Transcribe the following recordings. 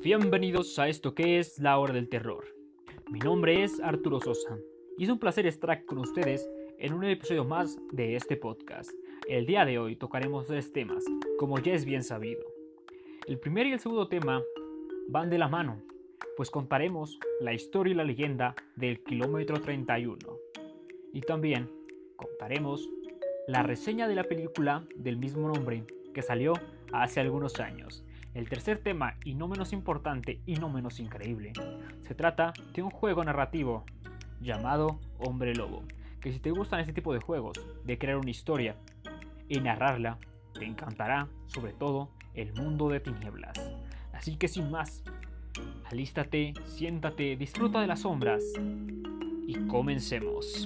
Bienvenidos a esto que es La Hora del Terror. Mi nombre es Arturo Sosa y es un placer estar con ustedes en un episodio más de este podcast. El día de hoy tocaremos tres temas, como ya es bien sabido. El primer y el segundo tema van de la mano, pues contaremos la historia y la leyenda del kilómetro 31. Y también contaremos la reseña de la película del mismo nombre que salió hace algunos años. El tercer tema, y no menos importante y no menos increíble, se trata de un juego narrativo llamado Hombre Lobo, que si te gustan este tipo de juegos, de crear una historia y narrarla, te encantará, sobre todo, el mundo de tinieblas. Así que sin más, alístate, siéntate, disfruta de las sombras y comencemos.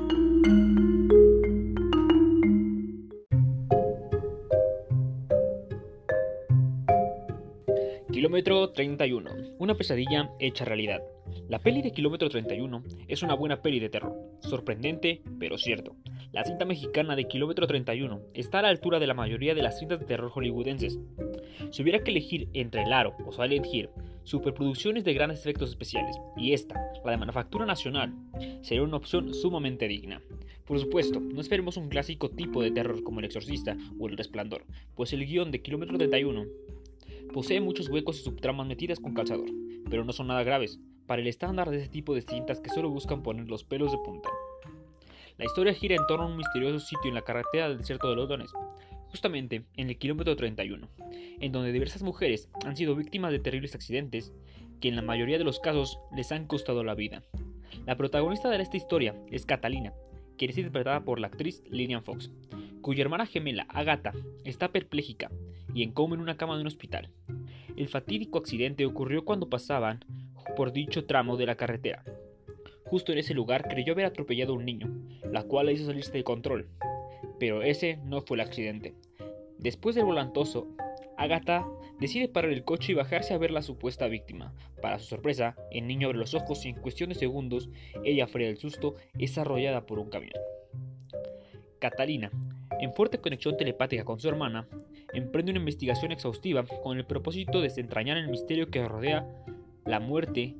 Kilómetro 31, una pesadilla hecha realidad. La peli de Kilómetro 31 es una buena peli de terror, sorprendente pero cierto. La cinta mexicana de Kilómetro 31 está a la altura de la mayoría de las cintas de terror hollywoodenses. Si hubiera que elegir entre El Aro o Silent Hill, superproducciones de grandes efectos especiales, y esta, la de manufactura nacional, sería una opción sumamente digna. Por supuesto, no esperemos un clásico tipo de terror como El Exorcista o El Resplandor, pues el guión de Kilómetro 31 posee muchos huecos y subtramas metidas con calzador, pero no son nada graves para el estándar de ese tipo de cintas que solo buscan poner los pelos de punta. La historia gira en torno a un misterioso sitio en la carretera del desierto de los Dones, justamente en el kilómetro 31, en donde diversas mujeres han sido víctimas de terribles accidentes que en la mayoría de los casos les han costado la vida. La protagonista de esta historia es Catalina, quien es interpretada por la actriz Lillian Fox, cuya hermana gemela, Agatha, está perplejica y en coma en una cama de un hospital. El fatídico accidente ocurrió cuando pasaban por dicho tramo de la carretera. Justo en ese lugar creyó haber atropellado a un niño, la cual la hizo salirse de control, pero ese no fue el accidente. Después del volantazo, Agatha decide parar el coche y bajarse a ver la supuesta víctima. Para su sorpresa, el niño abre los ojos y en cuestión de segundos, ella, fuera del susto, es arrollada por un camión. Catalina, en fuerte conexión telepática con su hermana, emprende una investigación exhaustiva con el propósito de desentrañar el misterio que rodea la muerte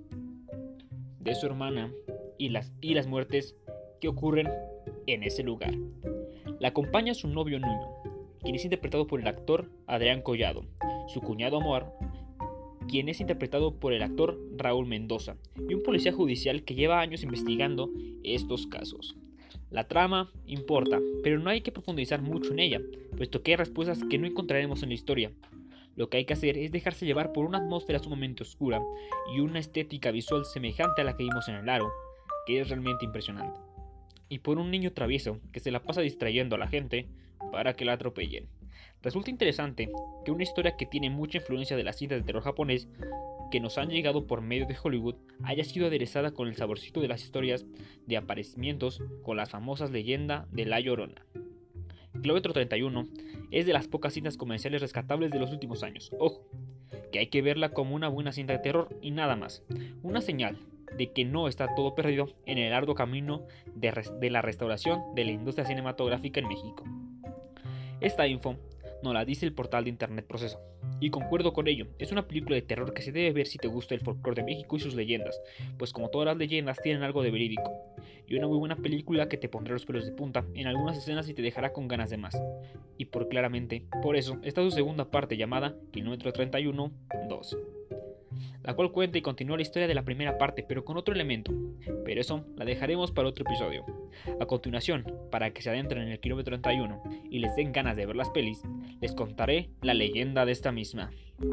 de su hermana y las muertes que ocurren en ese lugar. La acompaña su novio Nuño, quien es interpretado por el actor Adrián Collado, su cuñado Amor, quien es interpretado por el actor Raúl Mendoza, y un policía judicial que lleva años investigando estos casos. La trama importa, pero no hay que profundizar mucho en ella, puesto que hay respuestas que no encontraremos en la historia. Lo que hay que hacer es dejarse llevar por una atmósfera sumamente oscura y una estética visual semejante a la que vimos en El Aro, que es realmente impresionante. Y por un niño travieso que se la pasa distrayendo a la gente para que la atropellen. Resulta interesante que una historia que tiene mucha influencia de las cintas de terror japonés que nos han llegado por medio de Hollywood haya sido aderezada con el saborcito de las historias de aparecimientos con la famosa leyenda de La Llorona. Kilómetro 31 es de las pocas cintas comerciales rescatables de los últimos años. Ojo, que hay que verla como una buena cinta de terror y nada más. Una señal de que no está todo perdido en el arduo camino de la restauración de la industria cinematográfica en México. Esta info nos la dice el portal de internet Proceso, y concuerdo con ello. Es una película de terror que se debe ver si te gusta el folclore de México y sus leyendas, pues como todas las leyendas tienen algo de verídico, y una muy buena película que te pondrá los pelos de punta en algunas escenas y te dejará con ganas de más. Y por eso está su segunda parte llamada Kilómetro 31 2, la cual cuenta y continúa la historia de la primera parte, pero con otro elemento, pero eso la dejaremos para otro episodio. A continuación, para que se adentren en el kilómetro 31 y les den ganas de ver las pelis, les contaré la leyenda de esta misma.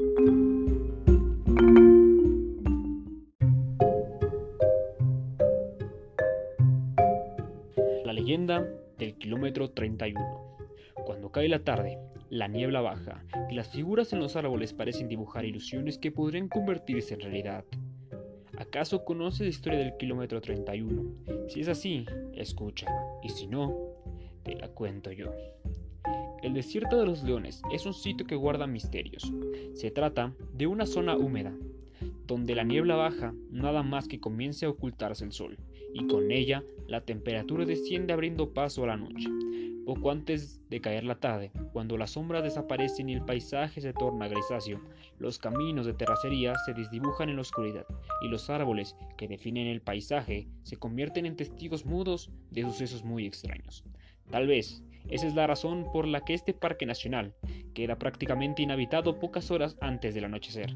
La leyenda del kilómetro 31. Cuando cae la tarde, la niebla baja y las figuras en los árboles parecen dibujar ilusiones que podrían convertirse en realidad. ¿Acaso conoces la historia del kilómetro 31? Si es así, escucha, y si no, te la cuento yo. El desierto de los Leones es un sitio que guarda misterios. Se trata de una zona húmeda, donde la niebla baja nada más que comience a ocultarse el sol, y con ella la temperatura desciende abriendo paso a la noche. Poco antes de caer la tarde, cuando las sombras desaparecen y el paisaje se torna grisáceo, los caminos de terracería se desdibujan en la oscuridad y los árboles que definen el paisaje se convierten en testigos mudos de sucesos muy extraños. Tal vez esa es la razón por la que este parque nacional queda prácticamente inhabitado pocas horas antes del anochecer.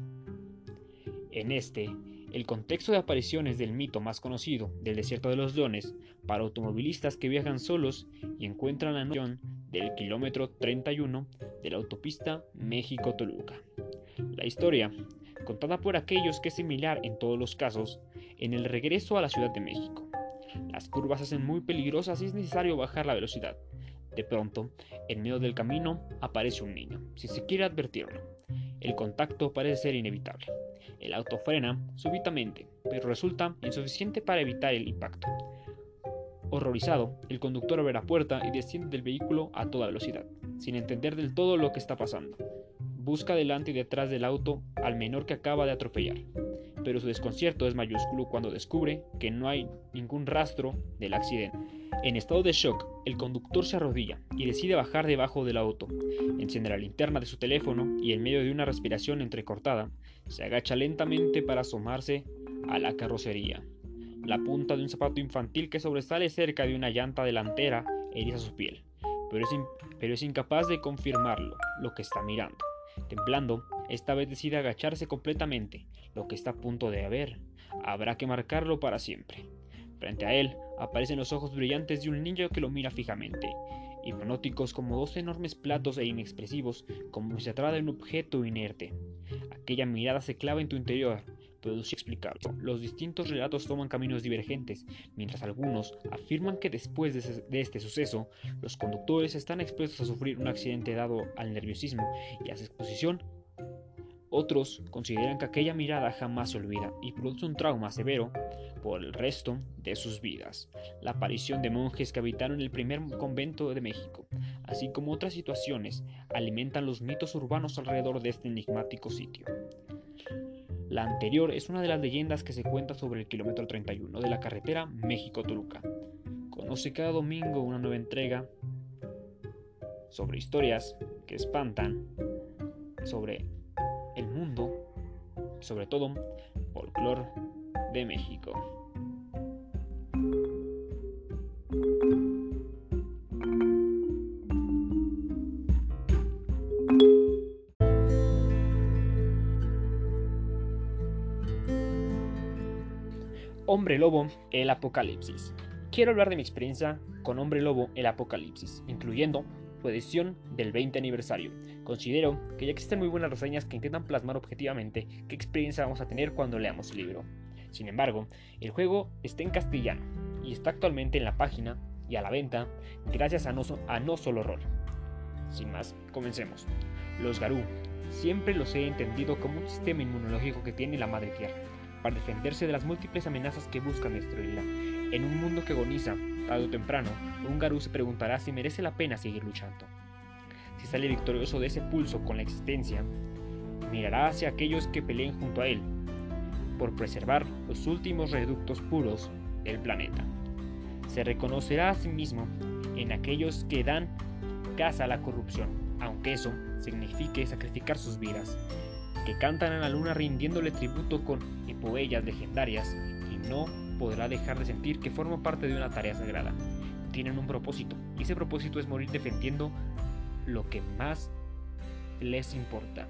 El contexto de apariciones del mito más conocido, del Desierto de los Leones, para automovilistas que viajan solos y encuentran la noción del kilómetro 31 de la autopista México-Toluca. La historia, contada por aquellos que es similar en todos los casos, en el regreso a la Ciudad de México. Las curvas se hacen muy peligrosas y es necesario bajar la velocidad. De pronto, en medio del camino, aparece un niño, sin siquiera advertirlo. El contacto parece ser inevitable. El auto frena súbitamente, pero resulta insuficiente para evitar el impacto. Horrorizado, el conductor abre la puerta y desciende del vehículo a toda velocidad, sin entender del todo lo que está pasando. Busca delante y detrás del auto al menor que acaba de atropellar, pero su desconcierto es mayúsculo cuando descubre que no hay ningún rastro del accidente. En estado de shock, el conductor se arrodilla y decide bajar debajo del auto. Enciende la linterna de su teléfono y en medio de una respiración entrecortada, se agacha lentamente para asomarse a la carrocería. La punta de un zapato infantil que sobresale cerca de una llanta delantera eriza su piel, pero es incapaz de confirmarlo, lo que está mirando. Temblando, esta vez decide agacharse completamente. Lo que está a punto de ver, habrá que marcarlo para siempre. Frente a él aparecen los ojos brillantes de un niño que lo mira fijamente, hipnóticos como dos enormes platos e inexpresivos como si se tratara de un objeto inerte. Aquella mirada se clava en tu interior, pero es inexplicable. Los distintos relatos toman caminos divergentes, mientras algunos afirman que después de este suceso, los conductores están expuestos a sufrir un accidente dado al nerviosismo y a su exposición. Otros consideran que aquella mirada jamás se olvida y produce un trauma severo por el resto de sus vidas. La aparición de monjes que habitaron el primer convento de México, así como otras situaciones, alimentan los mitos urbanos alrededor de este enigmático sitio. La anterior es una de las leyendas que se cuenta sobre el kilómetro 31 de la carretera México-Toluca. Conoce cada domingo una nueva entrega sobre historias que espantan, sobre el mundo, sobre todo folclore de México. Hombre Lobo, el Apocalipsis. Quiero hablar de mi experiencia con Hombre Lobo, el Apocalipsis, incluyendo su edición del 20 aniversario. Considero que ya existen muy buenas reseñas que intentan plasmar objetivamente qué experiencia vamos a tener cuando leamos el libro. Sin embargo, el juego está en castellano y está actualmente en la página y a la venta gracias a No Solo Roll. Sin más, comencemos. Los Garú siempre los he entendido como un sistema inmunológico que tiene la Madre Tierra para defenderse de las múltiples amenazas que buscan destruirla. En un mundo que agoniza, tarde o temprano, un Garú se preguntará si merece la pena seguir luchando. Si sale victorioso de ese pulso con la existencia, mirará hacia aquellos que peleen junto a él, por preservar los últimos reductos puros del planeta. Se reconocerá a sí mismo en aquellos que dan caza a la corrupción, aunque eso signifique sacrificar sus vidas, que cantan a la luna rindiéndole tributo con epoeyas legendarias y no podrá dejar de sentir que forma parte de una tarea sagrada. Tienen un propósito, y ese propósito es morir defendiendo lo que más les importa.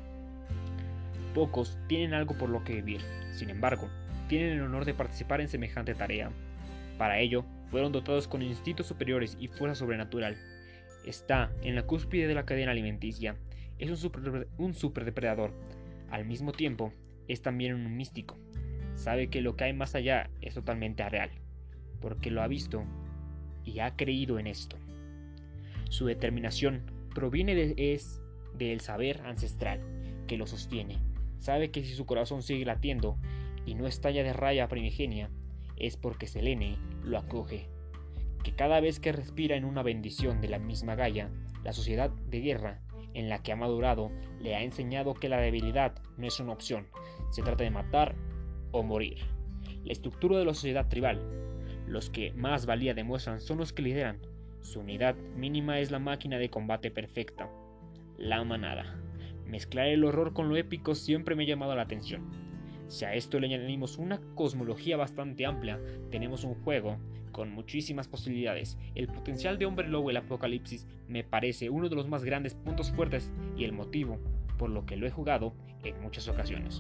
Pocos tienen algo por lo que vivir, sin embargo, tienen el honor de participar en semejante tarea. Para ello, fueron dotados con instintos superiores y fuerza sobrenatural. Está en la cúspide de la cadena alimenticia, es un superdepredador. Al mismo tiempo, es también un místico. Sabe que lo que hay más allá es totalmente real, porque lo ha visto y ha creído en esto. Su determinación proviene del saber ancestral que lo sostiene. Sabe que si su corazón sigue latiendo y no estalla de raya primigenia, es porque Selene lo acoge. Que cada vez que respira en una bendición de la misma Gaia, la sociedad de guerra en la que ha madurado le ha enseñado que la debilidad no es una opción, se trata de matar o morir. La estructura de la sociedad tribal, los que más valía demuestran son los que lideran, Su unidad mínima es la máquina de combate perfecta, la manada. Mezclar el horror con lo épico siempre me ha llamado la atención. Si a esto le añadimos una cosmología bastante amplia, tenemos un juego con muchísimas posibilidades. El potencial de Hombre Lobo el Apocalipsis me parece uno de los más grandes puntos fuertes y el motivo por lo que lo he jugado en muchas ocasiones.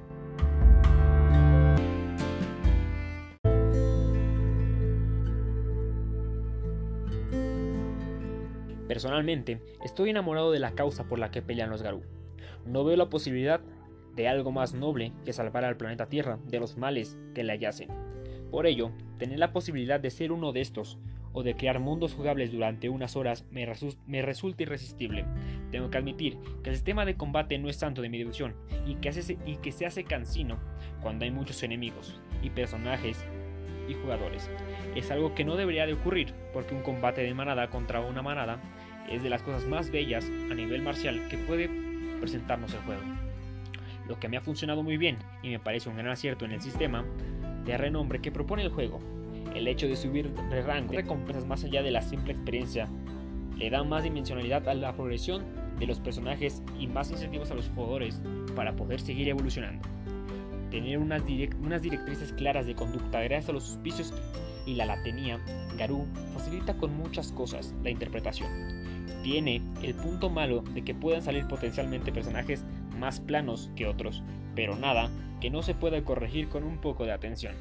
Personalmente, estoy enamorado de la causa por la que pelean los Garou. No veo la posibilidad de algo más noble que salvar al planeta Tierra de los males que le yacen. Por ello, tener la posibilidad de ser uno de estos o de crear mundos jugables durante unas horas me resulta irresistible. Tengo que admitir que el sistema de combate no es santo de mi devoción y que se hace cansino cuando hay muchos enemigos y personajes y jugadores. Es algo que no debería de ocurrir porque un combate de manada contra una manada es de las cosas más bellas a nivel marcial que puede presentarnos el juego. Lo que me ha funcionado muy bien y me parece un gran acierto en el sistema de renombre que propone el juego, el hecho de subir de rango, recompensas más allá de la simple experiencia, le da más dimensionalidad a la progresión de los personajes y más incentivos a los jugadores para poder seguir evolucionando. Tener unas directrices claras de conducta gracias a los auspicios y la latenía Garou facilita con muchas cosas la interpretación. Tiene el punto malo de que puedan salir potencialmente personajes más planos que otros, pero nada que no se pueda corregir con un poco de atención.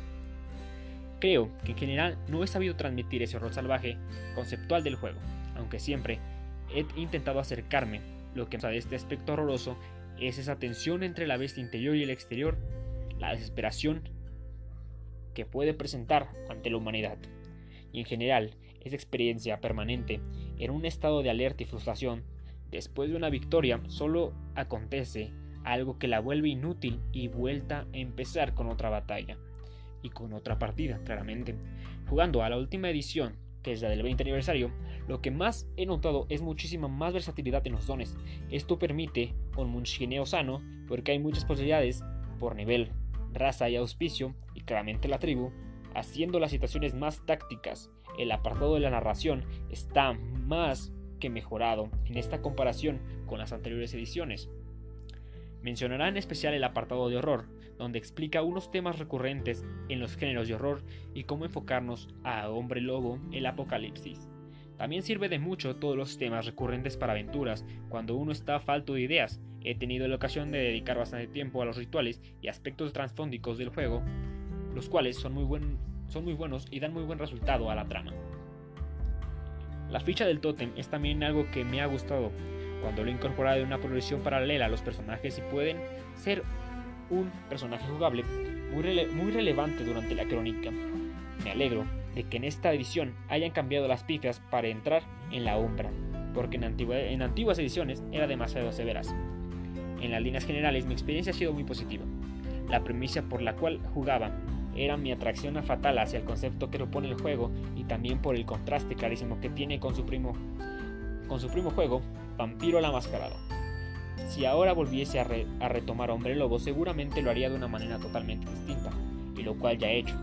Creo que en general no he sabido transmitir ese horror salvaje conceptual del juego, aunque siempre he intentado acercarme. Lo que me gusta de este aspecto horroroso es esa tensión entre la bestia interior y el exterior, la desesperación que puede presentar ante la humanidad, y en general esa experiencia permanente en un estado de alerta y frustración. Después de una victoria solo acontece algo que la vuelve inútil y vuelta a empezar con otra batalla y con otra partida, claramente. Jugando a la última edición, que es la del 20 aniversario, lo que más he notado es muchísima más versatilidad en los dones. Esto permite un munchineo sano porque hay muchas posibilidades por nivel, raza y auspicio, y claramente la tribu, haciendo las situaciones más tácticas. El apartado de la narración está más que mejorado en esta comparación con las anteriores ediciones. Mencionará en especial el apartado de horror, donde explica unos temas recurrentes en los géneros de horror y cómo enfocarnos a Hombre Lobo el Apocalipsis. También sirve de mucho todos los temas recurrentes para aventuras cuando uno está falto de ideas. He tenido la ocasión de dedicar bastante tiempo a los rituales y aspectos transfóndicos del juego, los cuales son muy buenos y dan muy buen resultado a la trama. La ficha del tótem es también algo que me ha gustado, cuando lo he incorporado en una progresión paralela a los personajes y pueden ser un personaje jugable muy relevante durante la crónica. Me alegro de que en esta edición hayan cambiado las pifias para entrar en la Umbra, porque en antiguas ediciones eran demasiado severas. En las líneas generales mi experiencia ha sido muy positiva. La premisa por la cual jugaba era mi atracción fatal hacia el concepto que propone el juego y también por el contraste clarísimo que tiene con su primo juego, Vampiro la Mascarada. Si ahora volviese a retomar Hombre Lobo, seguramente lo haría de una manera totalmente distinta, y lo cual ya he hecho.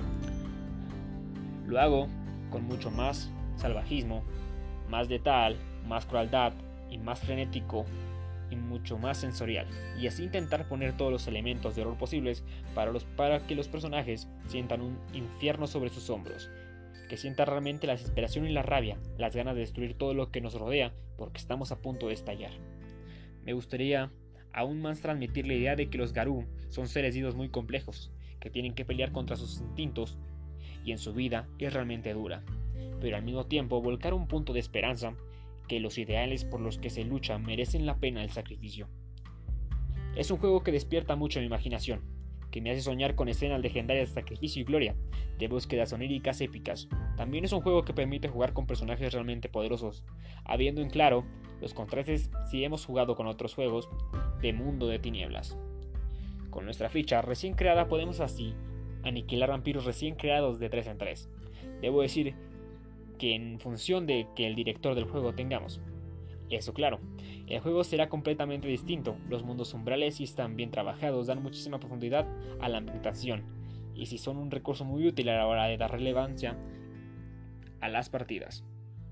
Lo hago con mucho más salvajismo, más letal, más crueldad y más frenético y mucho más sensorial, y así intentar poner todos los elementos de horror posibles para que los personajes sientan un infierno sobre sus hombros, que sientan realmente la desesperación y la rabia, las ganas de destruir todo lo que nos rodea porque estamos a punto de estallar. Me gustaría aún más transmitir la idea de que los Garou son seres vivos muy complejos, que tienen que pelear contra sus instintos y en su vida es realmente dura, pero al mismo tiempo volcar un punto de esperanza, que los ideales por los que se lucha merecen la pena el sacrificio. Es un juego que despierta mucho mi imaginación, que me hace soñar con escenas legendarias de sacrificio y gloria, de búsquedas oníricas épicas. También es un juego que permite jugar con personajes realmente poderosos, habiendo en claro los contrastes si hemos jugado con otros juegos de mundo de tinieblas. Con nuestra ficha recién creada podemos así aniquilar vampiros recién creados de 3 en 3. Debo decir que en función de que el director del juego tengamos. Eso claro, el juego será completamente distinto, los mundos umbrales si están bien trabajados dan muchísima profundidad a la ambientación, y si son un recurso muy útil a la hora de dar relevancia a las partidas.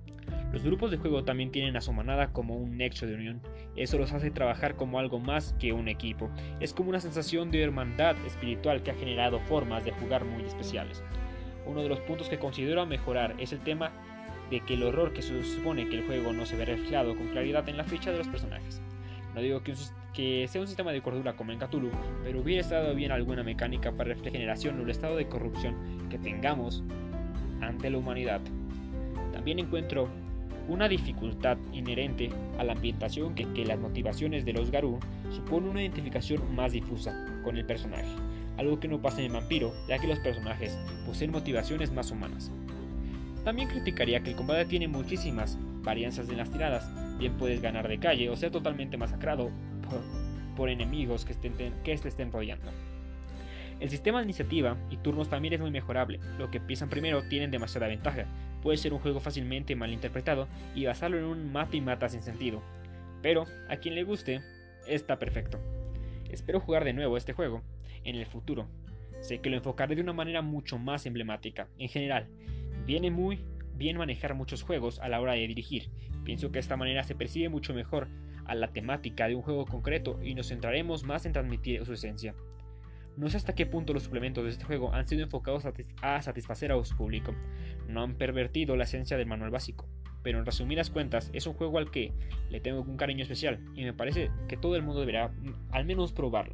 Los grupos de juego también tienen a su manada como un nexo de unión. Eso los hace trabajar como algo más que un equipo. Es como una sensación de hermandad espiritual que ha generado formas de jugar muy especiales. Uno de los puntos que considero a mejorar es el tema de que el horror que se supone que el juego no se ve reflejado con claridad en la ficha de los personajes. No digo que sea un sistema de cordura como en Cthulhu, pero hubiera estado bien alguna mecánica para reflejar generación o el estado de corrupción que tengamos ante la humanidad. También encuentro una dificultad inherente a la ambientación que las motivaciones de los Garou supone una identificación más difusa con el personaje, algo que no pasa en Vampiro, ya que los personajes poseen motivaciones más humanas. También criticaría que el combate tiene muchísimas varianzas en las tiradas, bien puedes ganar de calle o ser totalmente masacrado por enemigos que te estén rodeando. El sistema de iniciativa y turnos también es muy mejorable, lo que empiezan primero tienen demasiada ventaja, puede ser un juego fácilmente malinterpretado y basarlo en un mata y mata sin sentido, pero a quien le guste, está perfecto. Espero jugar de nuevo este juego en el futuro, sé que lo enfocaré de una manera mucho más emblemática. En general, viene muy bien manejar muchos juegos a la hora de dirigir, pienso que de esta manera se percibe mucho mejor a la temática de un juego concreto y nos centraremos más en transmitir su esencia. No sé hasta qué punto los suplementos de este juego han sido enfocados a satisfacer a su público, no han pervertido la esencia del manual básico, pero en resumidas cuentas es un juego al que le tengo un cariño especial y me parece que todo el mundo deberá al menos probarlo.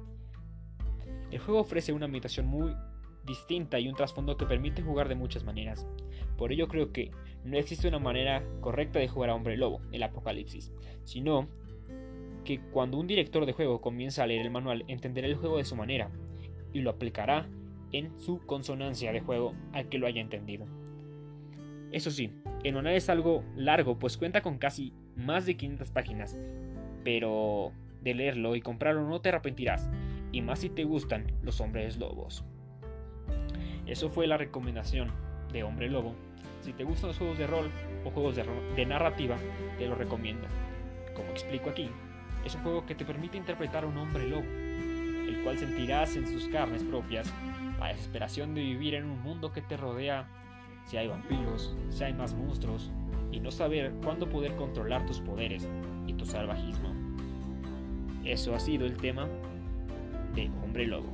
El juego ofrece una ambientación muy distinta y un trasfondo que permite jugar de muchas maneras, por ello creo que no existe una manera correcta de jugar a Hombre Lobo, el Apocalipsis, sino que cuando un director de juego comienza a leer el manual entenderá el juego de su manera y lo aplicará en su consonancia de juego al que lo haya entendido. Eso sí, el manual es algo largo pues cuenta con casi más de 500 páginas, pero de leerlo y comprarlo no te arrepentirás, y más si te gustan los hombres lobos. Eso fue la recomendación de Hombre Lobo. Si te gustan los juegos de rol o juegos de narrativa, te lo recomiendo. Como explico aquí, es un juego que te permite interpretar a un hombre lobo, el cual sentirás en sus carnes propias la desesperación de vivir en un mundo que te rodea, si hay vampiros, si hay más monstruos, y no saber cuándo poder controlar tus poderes y tu salvajismo. Eso ha sido el tema de Hombre Lobo.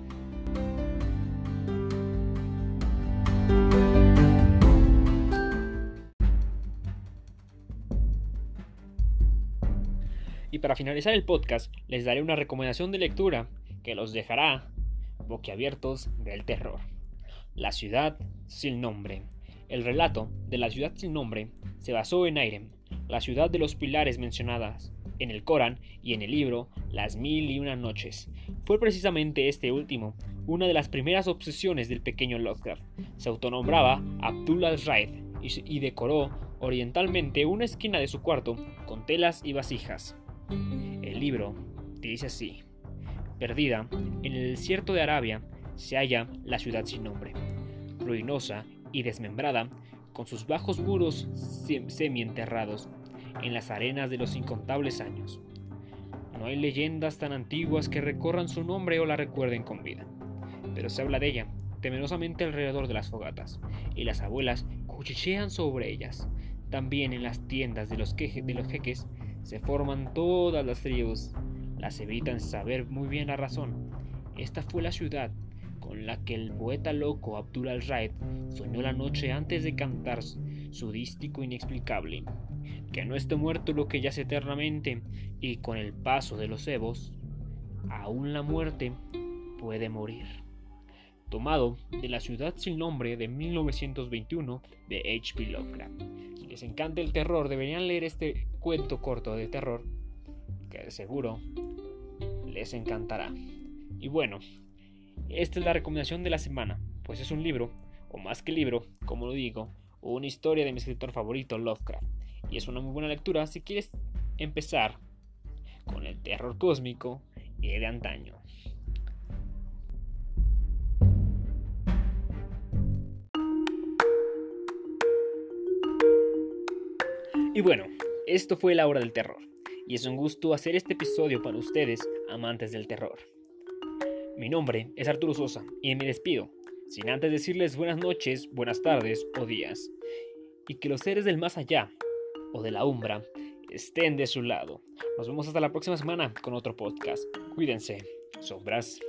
Y para finalizar el podcast, les daré una recomendación de lectura que los dejará boquiabiertos del terror. La ciudad sin nombre. El relato de la ciudad sin nombre se basó en Airem, la ciudad de los pilares mencionadas en el Corán y en el libro Las Mil y Una Noches. Fue precisamente este último una de las primeras obsesiones del pequeño Lovecraft. Se autonombraba Abdul al-Raid y decoró orientalmente una esquina de su cuarto con telas y vasijas. El libro dice así: perdida en el desierto de Arabia se halla la ciudad sin nombre, ruinosa y desmembrada, con sus bajos muros semienterrados en las arenas de los incontables años. No hay leyendas tan antiguas que recorran su nombre o la recuerden con vida, pero se habla de ella temerosamente alrededor de las fogatas, y las abuelas cuchichean sobre ellas. También en las tiendas de los jeques se forman todas las tribus. Las evitan saber muy bien la razón. Esta fue la ciudad con la que el poeta loco Abdul al-Raid soñó la noche antes de cantar su dístico inexplicable: que no esté muerto lo que yace eternamente, y con el paso de los evos, aún la muerte puede morir. Tomado de La ciudad sin nombre de 1921 de H.P. Lovecraft. Si les encanta el terror, deberían leer este cuento corto de terror, que de seguro les encantará. Y bueno, esta es la recomendación de la semana, pues es un libro, o más que libro, como lo digo, una historia de mi escritor favorito, Lovecraft, y es una muy buena lectura si quieres empezar con el terror cósmico y de antaño. Y bueno, esto fue La Hora del Terror, y es un gusto hacer este episodio para ustedes, amantes del terror. Mi nombre es Arturo Sosa, y me despido, sin antes decirles buenas noches, buenas tardes o días, y que los seres del más allá o de la umbra estén de su lado. Nos vemos hasta la próxima semana con otro podcast. Cuídense, sombras.